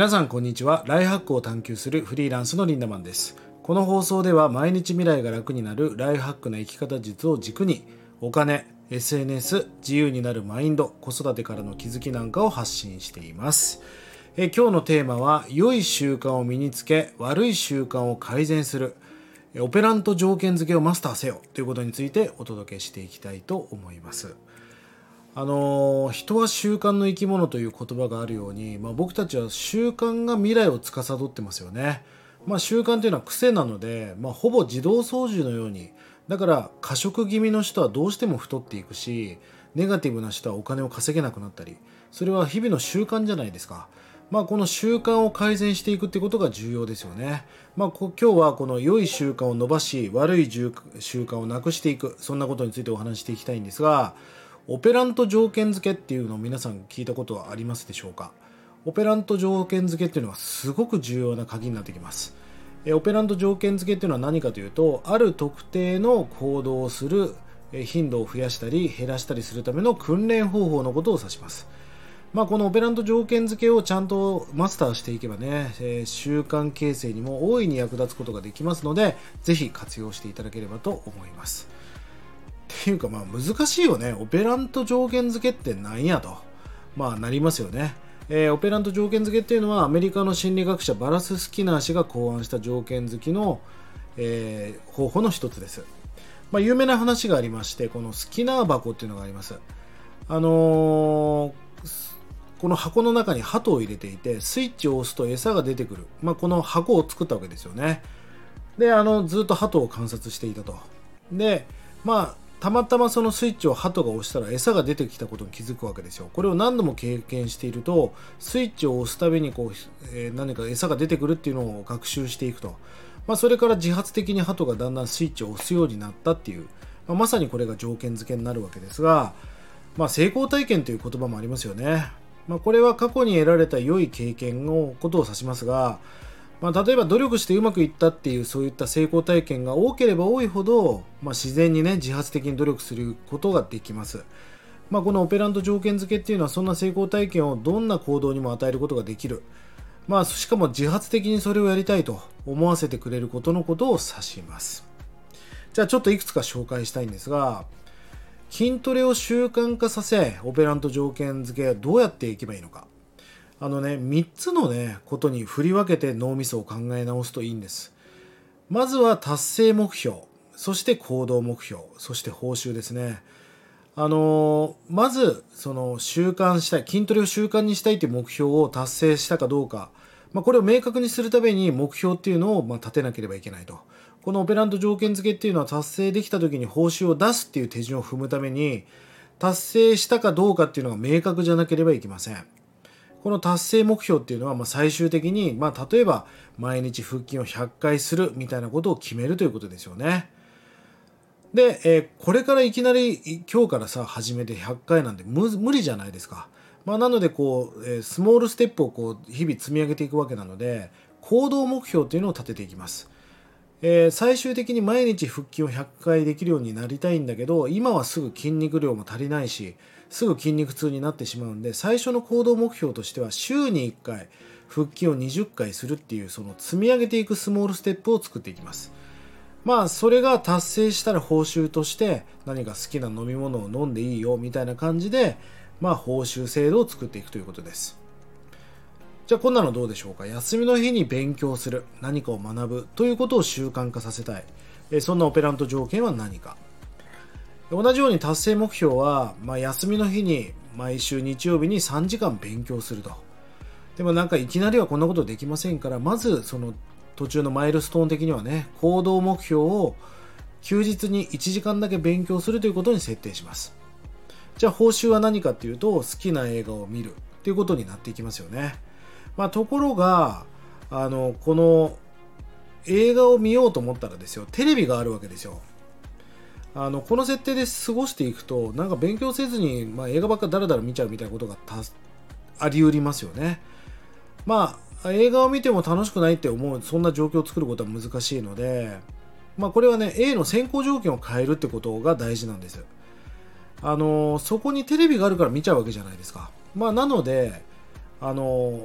皆さんこんにちは。ライフハックを探求するフリーランスのリンダマンです。この放送では毎日未来が楽になるライフハックな生き方術を軸にお金、SNS、自由になるマインド、子育てからの気づきなんかを発信しています。今日のテーマは良い習慣を身につけ悪い習慣を改善するオペラント条件付けをマスターせよということについてお届けしていきたいと思います。人は習慣の生き物という言葉があるように、僕たちは習慣が未来を司ってますよね。習慣というのは癖なので、ほぼ自動操縦のように、だから過食気味の人はどうしても太っていくし、ネガティブな人はお金を稼げなくなったり、それは日々の習慣じゃないですか。この習慣を改善していくってことが重要ですよね。今日はこの良い習慣を伸ばし、悪い習慣をなくしていく、そんなことについてお話していきたいんですが、オペラント条件付けっていうのを皆さん聞いたことはありますでしょうか。オペラント条件付けっていうのはすごく重要な鍵になってきます。オペラント条件付けっていうのは何かというと、ある特定の行動をする頻度を増やしたり減らしたりするための訓練方法のことを指します。このオペラント条件付けをちゃんとマスターしていけばね、習慣形成にも大いに役立つことができますので、ぜひ活用していただければと思います。っていうか難しいよね。オペラント条件付けって何やとなりますよね。オペラント条件付けっていうのはアメリカの心理学者バラス・スキナー氏が考案した条件付きの、方法の一つです。有名な話がありまして、このスキナー箱っていうのがあります。この箱の中に鳩を入れていて、スイッチを押すと餌が出てくる、この箱を作ったわけですよね。でずっと鳩を観察していたと。でたまたまそのスイッチを鳩が押したら餌が出てきたことに気づくわけですよ。これを何度も経験していると、スイッチを押すたびに何か餌が出てくるっていうのを学習していくと、それから自発的に鳩がだんだんスイッチを押すようになったっていう、まさにこれが条件付けになるわけですが、成功体験という言葉もありますよね。これは過去に得られた良い経験のことを指しますが、例えば努力してうまくいったっていうそういった成功体験が多ければ多いほど、自然に自発的に努力することができます。このオペラント条件付けっていうのはそんな成功体験をどんな行動にも与えることができる。しかも自発的にそれをやりたいと思わせてくれることのことを指します。じゃあちょっといくつか紹介したいんですが、筋トレを習慣化させ、オペラント条件付けはどうやっていけばいいのか。3つのことに振り分けて脳みそを考え直すといいんです。まずは達成目標、そして行動目標、そして報酬ですね。まずその習慣したい、筋トレを習慣にしたいという目標を達成したかどうか、これを明確にするために目標っていうのを立てなければいけないと。このオペラント条件付けっていうのは達成できた時に報酬を出すっていう手順を踏むために、達成したかどうかっていうのが明確じゃなければいけません。この達成目標っていうのは最終的に例えば毎日腹筋を100回するみたいなことを決めるということですよね。で、これからいきなり今日から始めて100回なんて無理じゃないですか。なのでスモールステップを日々積み上げていくわけなので、行動目標っていうのを立てていきます。最終的に毎日腹筋を100回できるようになりたいんだけど、今はすぐ筋肉量も足りないし、すぐ筋肉痛になってしまうんで、最初の行動目標としては週に1回腹筋を20回するっていう、その積み上げていくスモールステップを作っていきます。それが達成したら報酬として何か好きな飲み物を飲んでいいよみたいな感じで、報酬制度を作っていくということです。じゃあこんなのどうでしょうか。休みの日に勉強する、何かを学ぶということを習慣化させたい。そんなオペラント条件は何か。同じように達成目標は、休みの日に毎週日曜日に3時間勉強すると。でもいきなりはこんなことできませんから、まずその途中のマイルストーン的には行動目標を休日に1時間だけ勉強するということに設定します。じゃあ報酬は何かっていうと、好きな映画を見るということになっていきますよね。ところがこの映画を見ようと思ったらですよ、テレビがあるわけですよ。この設定で過ごしていくと、勉強せずに、映画ばっかだらだら見ちゃうみたいなことがあり得りますよね。映画を見ても楽しくないって思う、そんな状況を作ることは難しいので、これはA の先行条件を変えるってことが大事なんです。そこにテレビがあるから見ちゃうわけじゃないですか。なので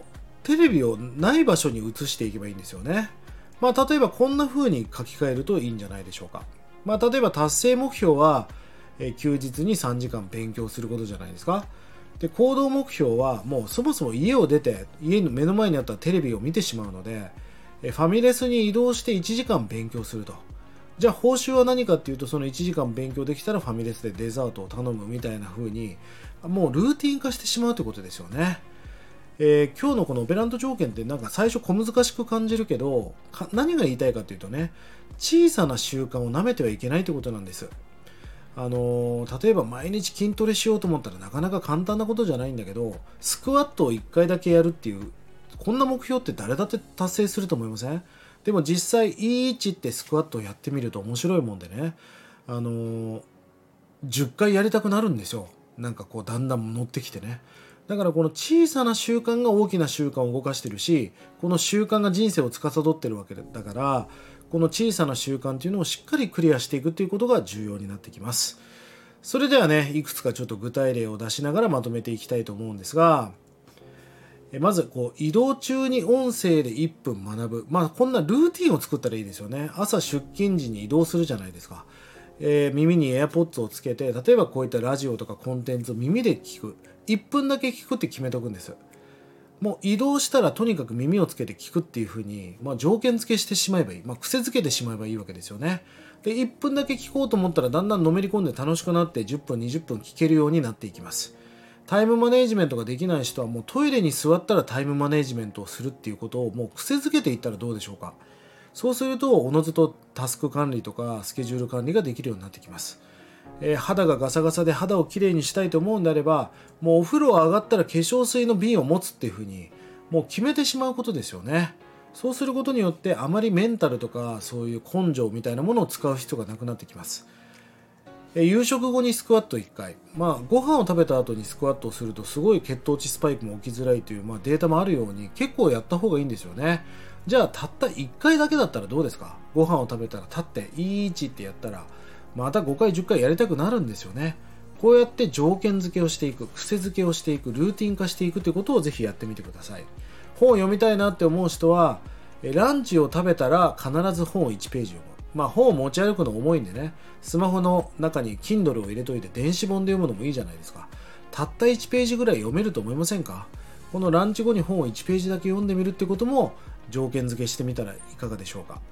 テレビをない場所に移していけばいいんですよね。例えばこんな風に書き換えるといいんじゃないでしょうか。例えば達成目標は、休日に3時間勉強することじゃないですか。で、行動目標はもうそもそも家を出て家の目の前にあったテレビを見てしまうので、ファミレスに移動して1時間勉強すると。じゃあ報酬は何かっていうと、その1時間勉強できたらファミレスでデザートを頼むみたいな風にもうルーティン化してしまうということですよね。今日のこのオペラント条件ってなんか最初小難しく感じるけど、何が言いたいかというとね、小さな習慣を舐めてはいけないということなんです。例えば毎日筋トレしようと思ったらなかなか簡単なことじゃないんだけど、スクワットを1回だけやるっていうこんな目標って誰だって達成すると思いません？でも実際いい位置ってスクワットをやってみると面白いもんでね、10回やりたくなるんですよ。なんかこうだんだん乗ってきてね。だからこの小さな習慣が大きな習慣を動かしてるし、この習慣が人生を司ってるわけだから、この小さな習慣というのをしっかりクリアしていくということが重要になってきます。それではね、いくつかちょっと具体例を出しながらまとめていきたいと思うんですが、まず移動中に音声で1分学ぶ。こんなルーティンを作ったらいいですよね。朝出勤時に移動するじゃないですか。耳に AirPods をつけて、例えばこういったラジオとかコンテンツを耳で聞く。1分だけ聞くって決めとくんです。もう移動したらとにかく耳をつけて聞くっていう風に、条件付けしてしまえばいい。癖付けてしまえばいいわけですよね。で、1分だけ聞こうと思ったらだんだんのめり込んで楽しくなって10分、20分聞けるようになっていきます。タイムマネージメントができない人はもうトイレに座ったらタイムマネージメントをするっていうことをもう癖づけていったらどうでしょうか。そうするとおのずとタスク管理とかスケジュール管理ができるようになってきます。肌がガサガサで肌をきれいにしたいと思うんであれば、もうお風呂上がったら化粧水の瓶を持つっていうふうにもう決めてしまうことですよね。そうすることによってあまりメンタルとかそういう根性みたいなものを使う必要がなくなってきます。夕食後にスクワット1回、ご飯を食べた後にスクワットをするとすごい血糖値スパイクも起きづらいという、データもあるように結構やった方がいいんですよね。じゃあたった1回だけだったらどうですか。ご飯を食べたら立っていい位置ってやったらまた5回10回やりたくなるんですよね。こうやって条件付けをしていく、癖付けをしていく、ルーティン化していくということをぜひやってみてください。本を読みたいなって思う人はランチを食べたら必ず本を1ページ読む。本を持ち歩くの重いんでね、スマホの中に Kindle を入れといて電子本で読むのもいいじゃないですか。たった1ページぐらい読めると思いませんか。このランチ後に本を1ページだけ読んでみるってことも条件付けしてみたらいかがでしょうか。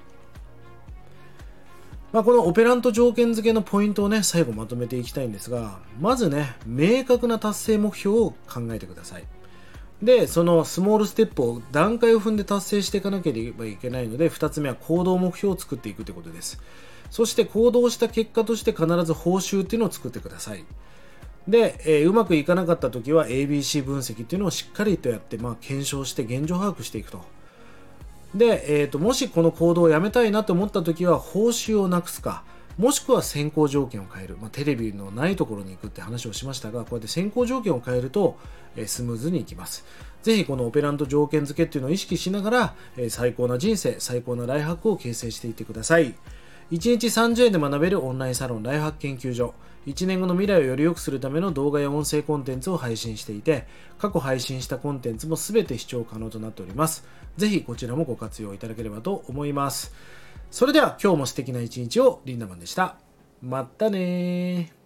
このオペラント条件付けのポイントをね、最後まとめていきたいんですが、まずね、明確な達成目標を考えてください。で、そのスモールステップを段階を踏んで達成していかなければいけないので、2つ目は行動目標を作っていくということです。そして行動した結果として必ず報酬っていうのを作ってください。で、うまくいかなかった時は ABC 分析っていうのをしっかりとやって、検証して現状把握していくと。で、もしこの行動をやめたいなと思った時は報酬をなくすか、もしくは選考条件を変える、テレビのないところに行くって話をしましたが、こうやって選考条件を変えるとスムーズにいきます。ぜひこのオペラント条件付けっていうのを意識しながら最高な人生、最高なライフハックを形成していってください。1日30円で学べるオンラインサロンライフハック研究所。1年後の未来をより良くするための動画や音声コンテンツを配信していて、過去配信したコンテンツも全て視聴可能となっております。ぜひこちらもご活用いただければと思います。それでは今日も素敵な一日を。リンダマンでした。またねー。